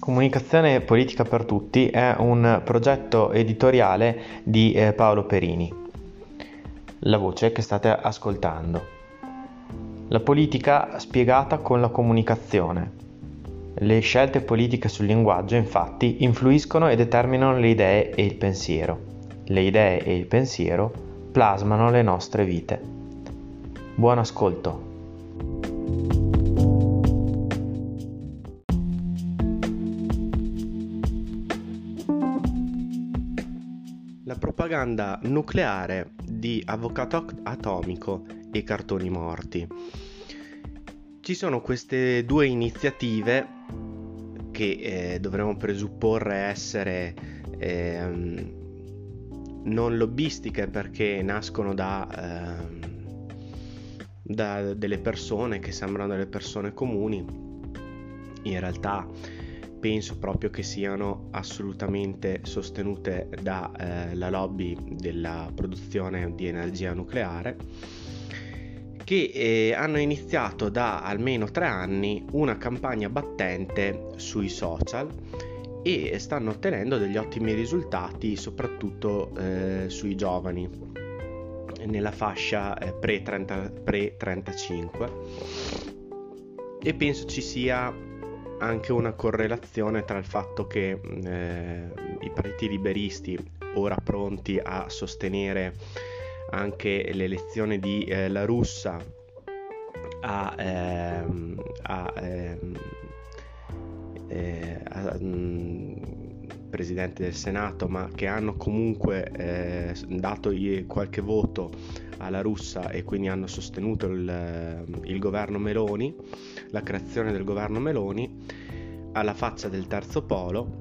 Comunicazione politica per tutti è un progetto editoriale di Paolo Perini. La voce che state ascoltando. La politica spiegata con la comunicazione. Le scelte politiche sul linguaggio, infatti, influiscono e determinano le idee e il pensiero. Le idee e il pensiero plasmano le nostre vite. Buon ascolto. La propaganda nucleare di Avvocato Atomico e Cartoni Morti. Ci sono queste due iniziative che dovremmo presupporre essere non lobbistiche, perché nascono da delle persone che sembrano delle persone comuni. In realtà penso proprio che siano assolutamente sostenute dalla lobby della produzione di energia nucleare, che hanno iniziato da almeno 3 anni una campagna battente sui social e stanno ottenendo degli ottimi risultati, soprattutto sui giovani, nella fascia pre-35, e penso ci sia anche una correlazione tra il fatto che i partiti liberisti, ora pronti a sostenere anche l'elezione di La Russa presidente del Senato, ma che hanno comunque dato qualche voto alla Russa e quindi hanno sostenuto il governo Meloni, la creazione del governo Meloni, alla faccia del terzo polo.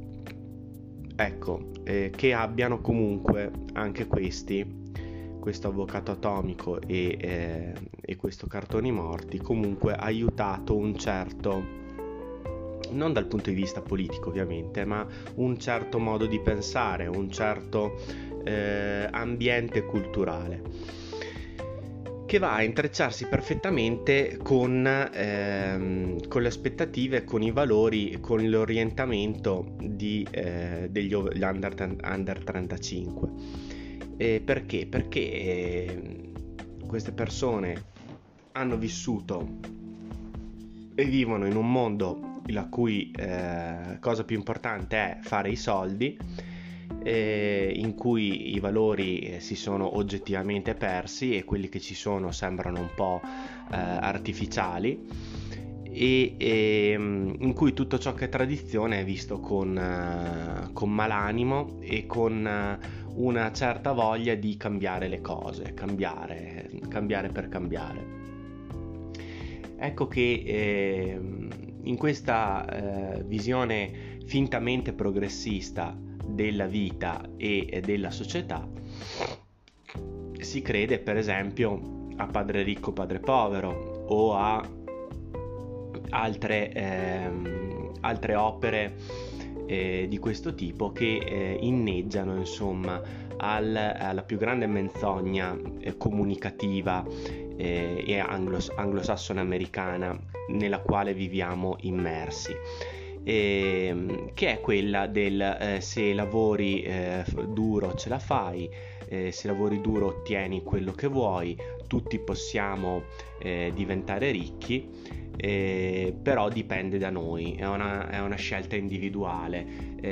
Ecco, che abbiano comunque anche questo Avvocato Atomico e questo Cartoni Morti comunque aiutato un certo, non dal punto di vista politico ovviamente, ma un certo modo di pensare, un certo ambiente culturale, che va a intrecciarsi perfettamente con le aspettative, con i valori, con l'orientamento degli under 35. Perché? Perché queste persone hanno vissuto e vivono in un mondo la cui cosa più importante è fare i soldi, in cui i valori si sono oggettivamente persi e quelli che ci sono sembrano un po' artificiali, e in cui tutto ciò che è tradizione è visto con malanimo e con una certa voglia di cambiare le cose, cambiare per cambiare. Ecco che in questa visione fintamente progressista della vita e della società si crede, per esempio, a Padre ricco, padre povero, o a altre opere di questo tipo che inneggiano, insomma, alla più grande menzogna comunicativa e anglosassone americana nella quale viviamo immersi, che è quella del se lavori duro ce la fai, se lavori duro ottieni quello che vuoi, tutti possiamo diventare ricchi, però dipende da noi, è una scelta individuale,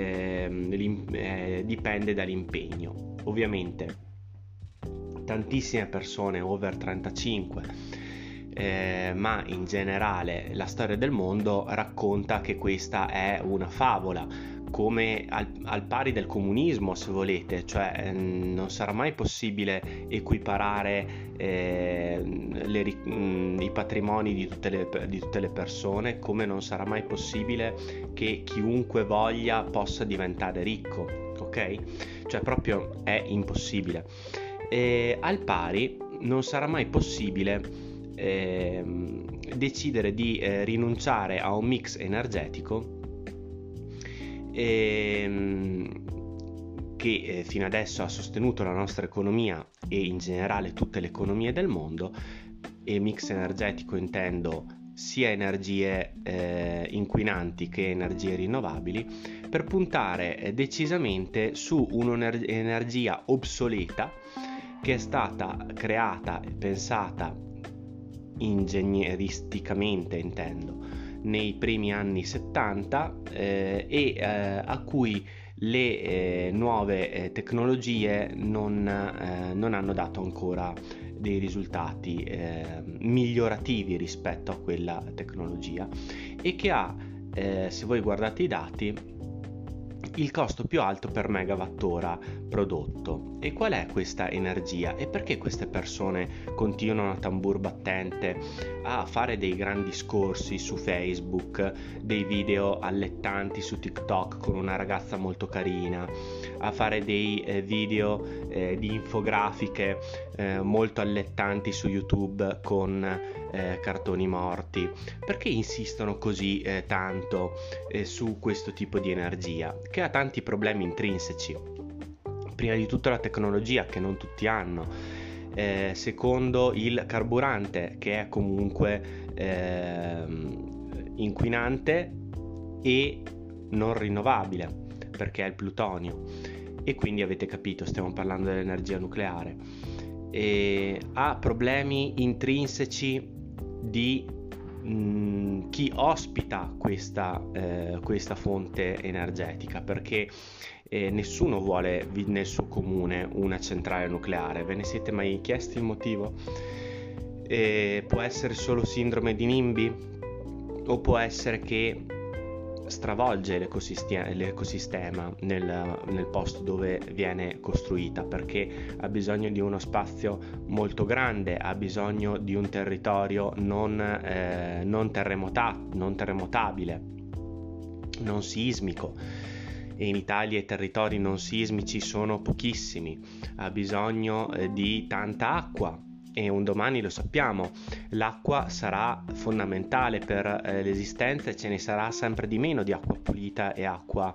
dipende dall'impegno. Ovviamente tantissime persone over 35, ma in generale la storia del mondo racconta che questa è una favola, come al pari del comunismo, se volete, cioè non sarà mai possibile equiparare i patrimoni di tutte le persone, come non sarà mai possibile che chiunque voglia possa diventare ricco, ok? Cioè proprio è impossibile. Al pari non sarà mai possibile decidere di rinunciare a un mix energetico che fino adesso ha sostenuto la nostra economia e in generale tutte le economie del mondo. E mix energetico intendo sia energie inquinanti che energie rinnovabili, per puntare decisamente su un'energia obsoleta che è stata creata e pensata ingegneristicamente, intendo, nei primi anni 70 a cui le nuove tecnologie non hanno dato ancora dei risultati migliorativi rispetto a quella tecnologia, e che ha, se voi guardate i dati, il costo più alto per megawattora prodotto. E qual è questa energia? E perché queste persone continuano a tambur battente a fare dei grandi discorsi su Facebook, dei video allettanti su TikTok con una ragazza molto carina, a fare dei video di infografiche molto allettanti su YouTube con cartoni morti? Perché insistono così tanto su questo tipo di energia, che ha tanti problemi intrinseci? Prima di tutto la tecnologia, che non tutti hanno, secondo il carburante, che è comunque inquinante e non rinnovabile, perché è il plutonio, e quindi avete capito, stiamo parlando dell'energia nucleare. Ha problemi intrinseci di chi ospita questa fonte energetica, perché nessuno vuole nel suo comune una centrale nucleare. Ve ne siete mai chiesti il motivo? Può essere solo sindrome di NIMBY, o può essere che stravolge l'ecosistema nel posto dove viene costruita, perché ha bisogno di uno spazio molto grande, ha bisogno di un territorio non terremotabile, non sismico, e in Italia i territori non sismici sono pochissimi, ha bisogno di tanta acqua. E un domani, lo sappiamo, l'acqua sarà fondamentale per l'esistenza, e ce ne sarà sempre di meno di acqua pulita e acqua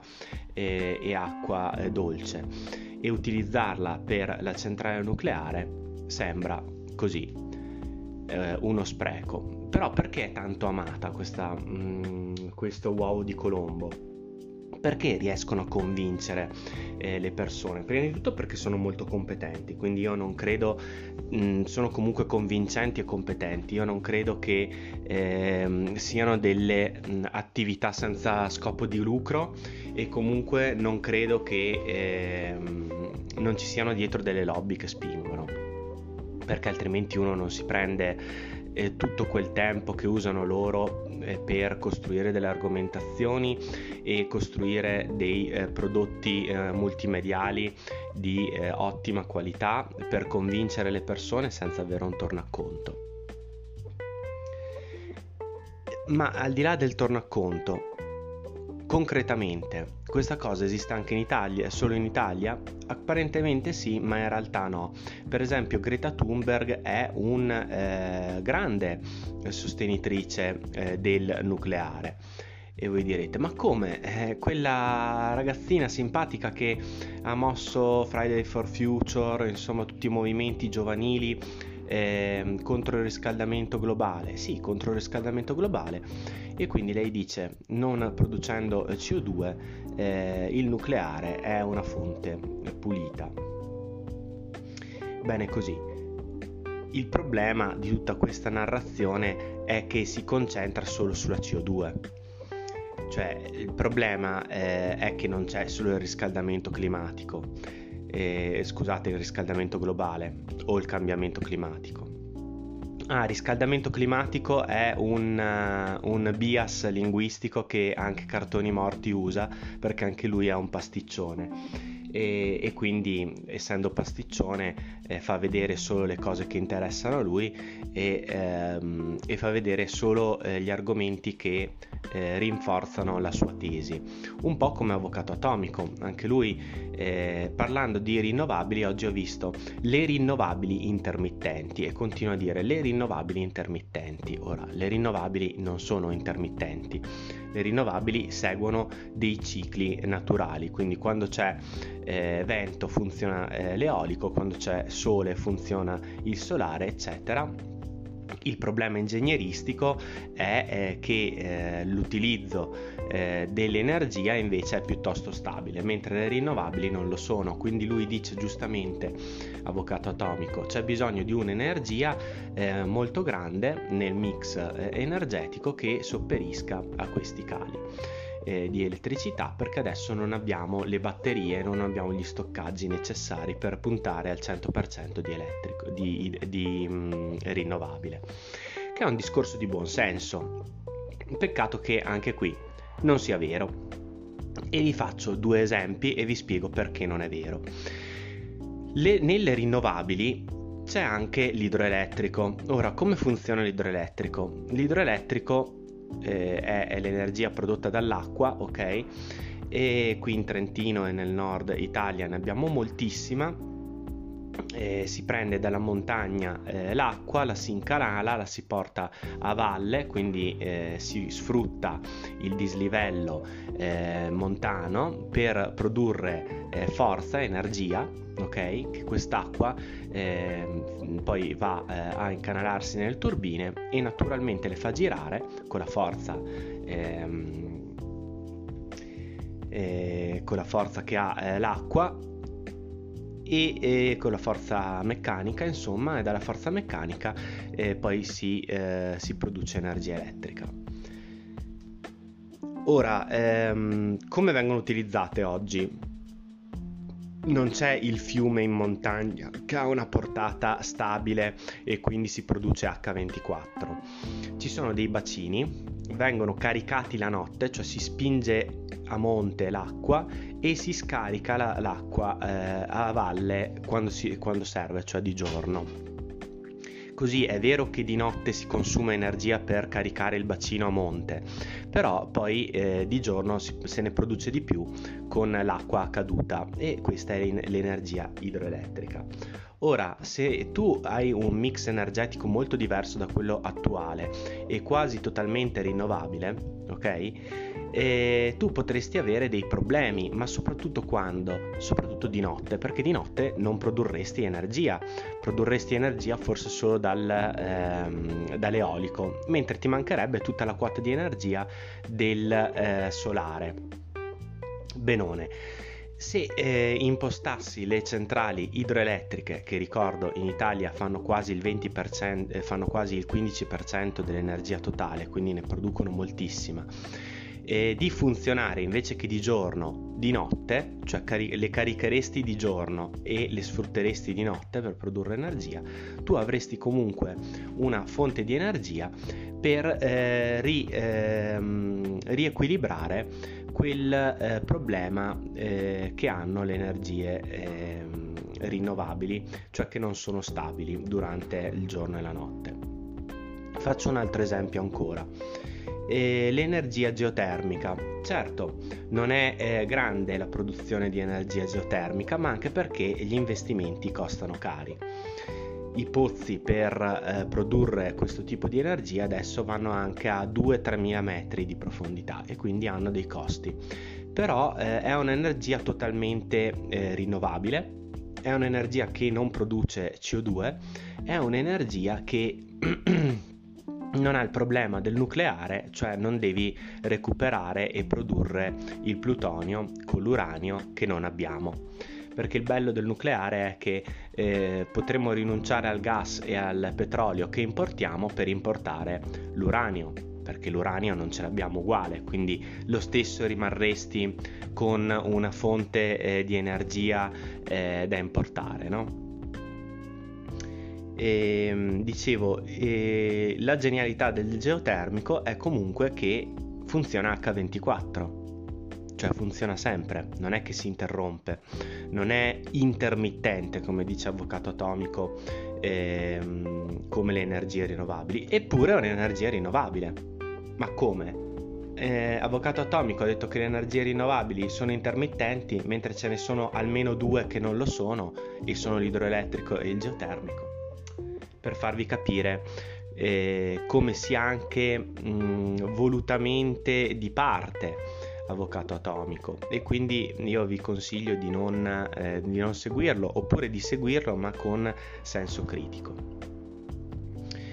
dolce, e utilizzarla per la centrale nucleare sembra così uno spreco. Però perché è tanto amata questo uovo di Colombo? Perché riescono a convincere le persone? Prima di tutto perché sono molto competenti, quindi io non credo, sono comunque convincenti e competenti, io non credo che siano delle attività senza scopo di lucro, e comunque non credo che non ci siano dietro delle lobby che spingono, perché altrimenti uno non si prende tutto quel tempo che usano loro per costruire delle argomentazioni e costruire dei prodotti multimediali di ottima qualità per convincere le persone senza avere un tornaconto. Ma al di là del tornaconto, concretamente questa cosa esiste anche in Italia? È solo in Italia? Apparentemente sì, ma in realtà no. Per esempio Greta Thunberg è un grande sostenitrice del nucleare, e voi direte: ma come? Quella ragazzina simpatica che ha mosso Friday for Future, insomma tutti i movimenti giovanili contro il riscaldamento globale. Sì, contro il riscaldamento globale, e quindi lei dice: non producendo CO2 il nucleare è una fonte pulita. Bene così. Il problema di tutta questa narrazione è che si concentra solo sulla CO2. Cioè, il problema è che non c'è solo il riscaldamento climatico, scusate, il riscaldamento globale o il cambiamento climatico. Riscaldamento climatico è un bias linguistico che anche Cartoni Morti usa, perché anche lui è un pasticcione, e quindi, essendo pasticcione, fa vedere solo le cose che interessano a lui, e fa vedere solo gli argomenti che rinforzano la sua tesi, un po' come Avvocato Atomico. Anche lui, parlando di rinnovabili, oggi ho visto le rinnovabili intermittenti, e continua a dire le rinnovabili intermittenti. Ora, le rinnovabili non sono intermittenti, le rinnovabili seguono dei cicli naturali, quindi quando c'è vento funziona l'eolico, quando c'è sole funziona il solare, eccetera. Il problema ingegneristico è che l'utilizzo dell'energia invece è piuttosto stabile, mentre le rinnovabili non lo sono. Quindi lui dice giustamente, Avvocato Atomico, c'è bisogno di un'energia molto grande nel mix energetico che sopperisca a questi cali di elettricità, perché adesso non abbiamo le batterie, non abbiamo gli stoccaggi necessari per puntare al 100% di rinnovabile, che è un discorso di buon senso. Peccato che anche qui non sia vero, e vi faccio 2 esempi e vi spiego perché non è vero. Nelle rinnovabili c'è anche l'idroelettrico. Ora, come funziona l'idroelettrico? L'idroelettrico è l'energia prodotta dall'acqua, ok? E qui in Trentino e nel nord Italia ne abbiamo moltissima. Si prende dalla montagna l'acqua, la si incanala, la si porta a valle, quindi si sfrutta il dislivello montano per produrre forza, energia, ok? Che quest'acqua poi va a incanalarsi nelle turbine e naturalmente le fa girare con la forza che ha l'acqua e con la forza meccanica, insomma, e dalla forza meccanica poi si produce energia elettrica. Ora, come vengono utilizzate oggi? Non c'è il fiume in montagna che ha una portata stabile e quindi si produce H24. Ci sono dei bacini, vengono caricati la notte, cioè si spinge a monte l'acqua e si scarica l'acqua a valle quando serve, cioè di giorno. Così è vero che di notte si consuma energia per caricare il bacino a monte, però poi di giorno se ne produce di più con l'acqua caduta, e questa è l'energia idroelettrica. Ora, se tu hai un mix energetico molto diverso da quello attuale e quasi totalmente rinnovabile, ok? Tu potresti avere dei problemi, ma soprattutto quando? Soprattutto di notte, perché di notte non produrresti energia forse solo dall'eolico, mentre ti mancherebbe tutta la quota di energia del solare. Benone. Se impostassi le centrali idroelettriche, che ricordo in Italia fanno quasi il 20%, fanno quasi il 15% dell'energia totale, quindi ne producono moltissima, di funzionare invece che di giorno, di notte, cioè le caricheresti di giorno e le sfrutteresti di notte per produrre energia, tu avresti comunque una fonte di energia per riequilibrare quel problema che hanno le energie rinnovabili, cioè che non sono stabili durante il giorno e la notte. Faccio un altro esempio ancora. L'energia geotermica. Certo, non è grande la produzione di energia geotermica, ma anche perché gli investimenti costano cari. I pozzi per produrre questo tipo di energia adesso vanno anche a 2-3 mila metri di profondità e quindi hanno dei costi. Però è un'energia totalmente rinnovabile, è un'energia che non produce CO2, è un'energia che non ha il problema del nucleare, cioè non devi recuperare e produrre il plutonio con l'uranio che non abbiamo. Perché il bello del nucleare è che potremo rinunciare al gas e al petrolio che importiamo per importare l'uranio, perché l'uranio non ce l'abbiamo uguale, quindi lo stesso rimarresti con una fonte di energia da importare, no? Dicevo, la genialità del geotermico è comunque che funziona H24, cioè funziona sempre, non è che si interrompe, non è intermittente come dice Avvocato Atomico, come le energie rinnovabili, eppure è un'energia rinnovabile. Ma come? Avvocato Atomico ha detto che le energie rinnovabili sono intermittenti, mentre ce ne sono almeno 2 che non lo sono, e sono l'idroelettrico e il geotermico. Per farvi capire come sia anche volutamente di parte Avvocato Atomico, e quindi io vi consiglio di non seguirlo, oppure di seguirlo ma con senso critico. Ci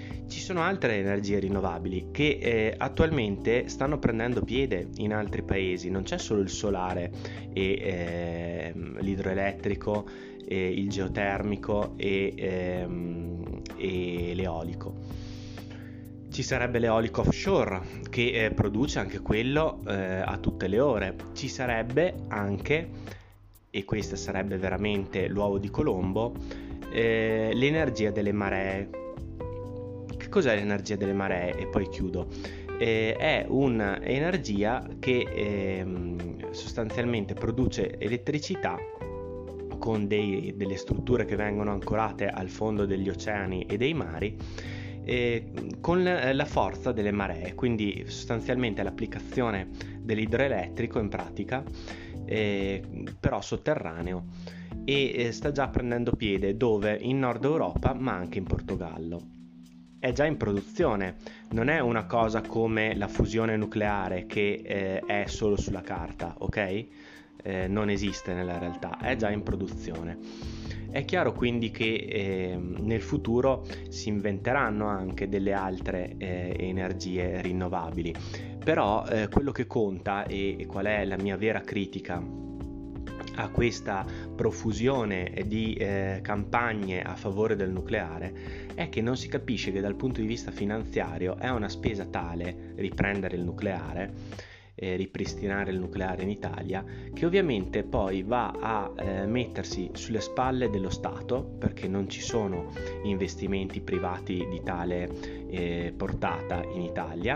sono altre energie rinnovabili che attualmente stanno prendendo piede in altri paesi. Non c'è solo il solare e l'idroelettrico, il geotermico e l'eolico. Ci sarebbe l'eolico offshore che produce anche quello a tutte le ore. Ci sarebbe anche, e questa sarebbe veramente l'uovo di Colombo, l'energia delle maree. Che cos'è l'energia delle maree? E poi chiudo. È un'energia che sostanzialmente produce elettricità con delle strutture che vengono ancorate al fondo degli oceani e dei mari, con la forza delle maree, quindi sostanzialmente l'applicazione dell'idroelettrico in pratica, però sotterraneo, e sta già prendendo piede dove? In Nord Europa, ma anche in Portogallo. È già in produzione, non è una cosa come la fusione nucleare che è solo sulla carta, ok? Non esiste nella realtà, è già in produzione. È chiaro quindi che nel futuro si inventeranno anche delle altre energie rinnovabili, però quello che conta e qual è la mia vera critica a questa profusione di campagne a favore del nucleare è che non si capisce che dal punto di vista finanziario è una spesa tale riprendere il nucleare, ripristinare il nucleare in Italia, che ovviamente poi va a mettersi sulle spalle dello Stato, perché non ci sono investimenti privati di tale portata in Italia,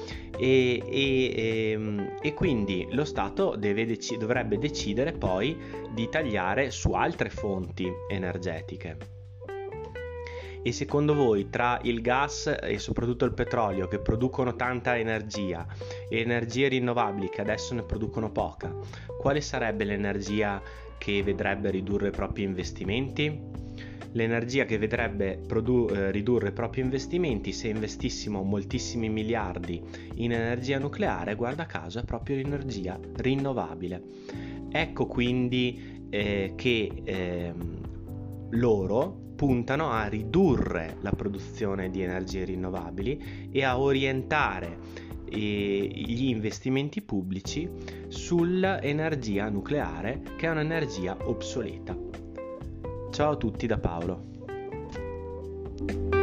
e quindi lo Stato dovrebbe decidere poi di tagliare su altre fonti energetiche. E secondo voi, tra il gas e soprattutto il petrolio, che producono tanta energia, e energie rinnovabili che adesso ne producono poca, quale sarebbe l'energia che vedrebbe ridurre i propri investimenti? L'energia che vedrebbe ridurre i propri investimenti, se investissimo moltissimi miliardi in energia nucleare, guarda caso è proprio l'energia rinnovabile. Ecco quindi che loro puntano a ridurre la produzione di energie rinnovabili e a orientare gli investimenti pubblici sull'energia nucleare, che è un'energia obsoleta. Ciao a tutti da Paolo.